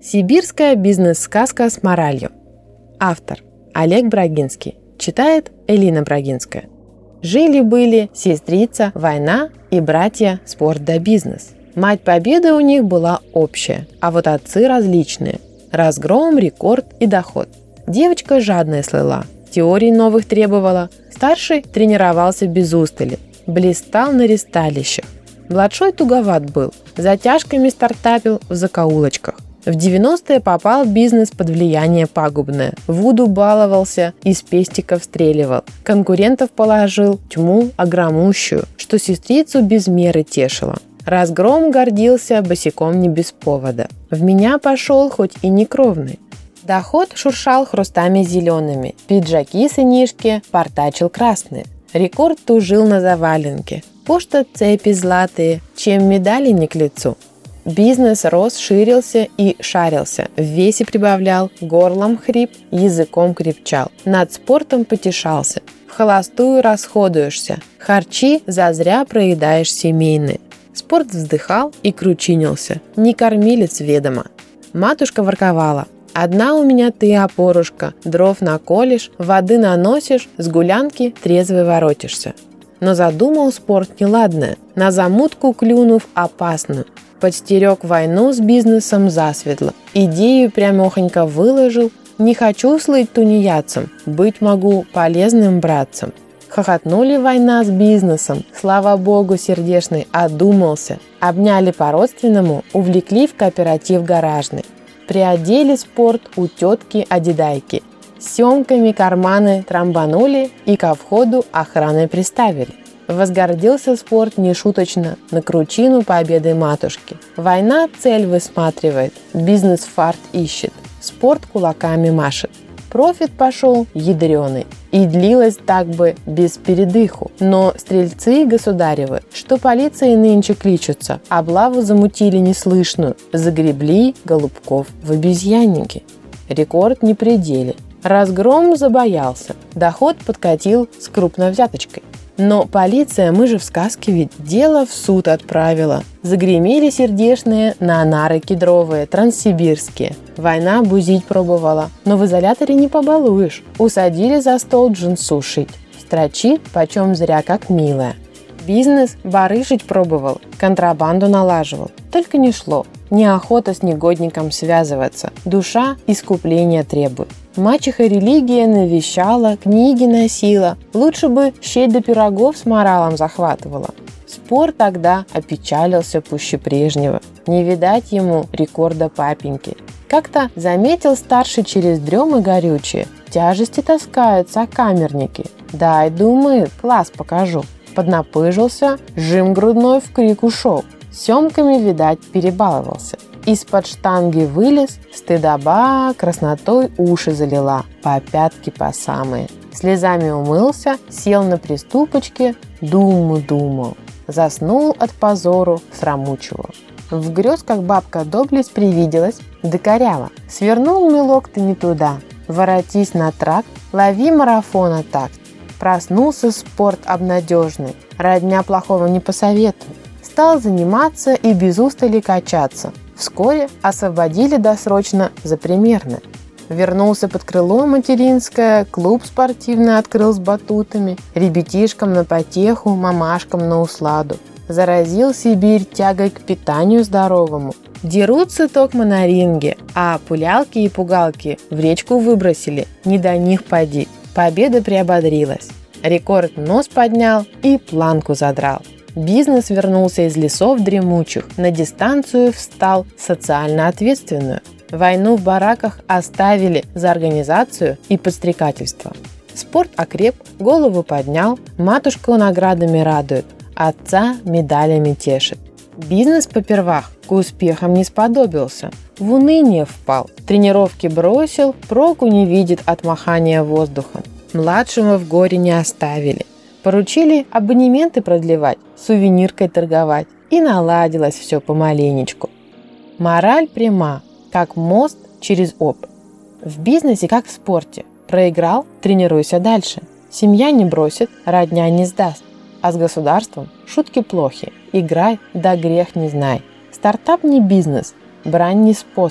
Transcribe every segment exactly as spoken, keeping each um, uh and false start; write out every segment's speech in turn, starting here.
Сибирская бизнес-сказка с моралью. Автор Олег Брагинский. Читает Элина Брагинская. Жили-были сестрица война и братья спорт да бизнес. Мать победы у них была общая, а вот отцы различные. Разгром, рекорд и доход. Девочка жадная слыла, теорий новых требовала. Старший тренировался без устали, блистал на ристалищах. Младшой туговат был, затяжками стартапил в закоулочках. В девяностые попал в бизнес под влияние пагубное. Вуду баловался, из пестиков стреливал. Конкурентов положил тьму огромущую, что сестрицу без меры тешило. Разгром гордился босиком не без повода. В меня пошел хоть и не кровный. Доход шуршал хрустами зелеными. Пиджаки сынишки портачил красные. Рекорд тужил на заваленке. Пошта цепи златые, чем медали не к лицу. Бизнес рос, ширился и шарился, в весе прибавлял, горлом хрип, языком крепчал, над спортом потешался, в холостую расходуешься, харчи зазря проедаешь семейные. Спорт вздыхал и кручинился, не кормилец ведомо. Матушка ворковала: «Одна у меня ты опорушка, дров наколешь, воды наносишь, с гулянки трезвый воротишься». Но задумал спорт неладное, на замутку клюнув опасную. Подстерег войну с бизнесом засветло. Идею прямехонько выложил. Не хочу слыть тунеядцем, быть могу полезным братцем. Хохотнули война с бизнесом. Слава богу, сердечный одумался. Обняли по-родственному, увлекли в кооператив гаражный. Приодели спорт у тетки Адидайки. Семками карманы трамбанули и ко входу охраной приставили. Возгордился спорт нешуточно на кручину победы матушки. Война цель высматривает, бизнес фарт ищет, спорт кулаками машет. Профит пошел ядреный, и длилось так бы без передыху. Но стрельцы государевы, что полиции нынче кличутся, облаву замутили неслышную, загребли голубков в обезьянники. Рекорд не пределе. Разгром забоялся, доход подкатил с крупной взяточкой. Но полиция, мы же в сказке ведь, дело в суд отправила. Загремели сердечные на нары кедровые, транссибирские. Война бузить пробовала, но в изоляторе не побалуешь. Усадили за стол джинсу шить. Строчит почем зря, как милая. Бизнес барышить пробовал, контрабанду налаживал. Только не шло. Неохота с негодником связываться. Душа искупления требует. Мачеха религия навещала, книги носила. Лучше бы щедь до пирогов с моралом захватывала. Спор тогда опечалился пуще прежнего. Не видать ему рекорда папеньки. Как-то заметил старший через дремы горючие. Тяжести таскают сокамерники. Дай, думает, класс покажу. Поднапыжился, жим грудной в крик ушел. Семками, видать, перебаловался. Из-под штанги вылез, стыдоба краснотой уши залила, по пятки по самые. Слезами умылся, сел на приступочке, думу думал. Заснул от позору срамучего. В грезках бабка доблесть привиделась, докоряла. Свернул милок ты не туда, воротись на тракт, лови марафона так. Проснулся спорт обнадежный, родня плохого не посоветует. Стал заниматься и без устали качаться. Вскоре освободили досрочно за примерное. Вернулся под крыло материнское, клуб спортивный открыл с батутами, ребятишкам на потеху, мамашкам на усладу. Заразил Сибирь тягой к питанию здоровому. Дерутся токмо на ринге, а пулялки и пугалки в речку выбросили, не до них поди. Победа приободрилась. Рекорд нос поднял и планку задрал. Бизнес вернулся из лесов дремучих, на дистанцию встал социально ответственную. Войну в бараках оставили за организацию и подстрекательство. Спорт окреп, голову поднял, матушку наградами радует, отца медалями тешит. Бизнес попервах к успехам не сподобился, в уныние впал, тренировки бросил, проку не видит от махания воздухом. Младшего в горе не оставили. Поручили абонементы продлевать, сувениркой торговать, и наладилось все помаленечку. Мораль пряма, как мост через Обь. В бизнесе, как в спорте. Проиграл – тренируйся дальше. Семья не бросит, родня не сдаст. А с государством шутки плохи. Играй, да грех не знай. Стартап не бизнес, брань не способ.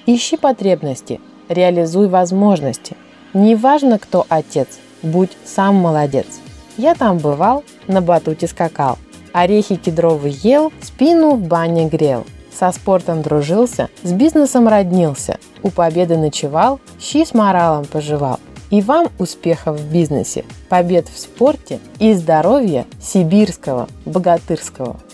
Ищи потребности, реализуй возможности. Неважно, кто отец, будь сам молодец. Я там бывал, на батуте скакал, орехи кедровые ел, спину в бане грел. Со спортом дружился, с бизнесом роднился, у победы ночевал, щи с моралом пожевал. И вам успехов в бизнесе, побед в спорте и здоровья сибирского, богатырского.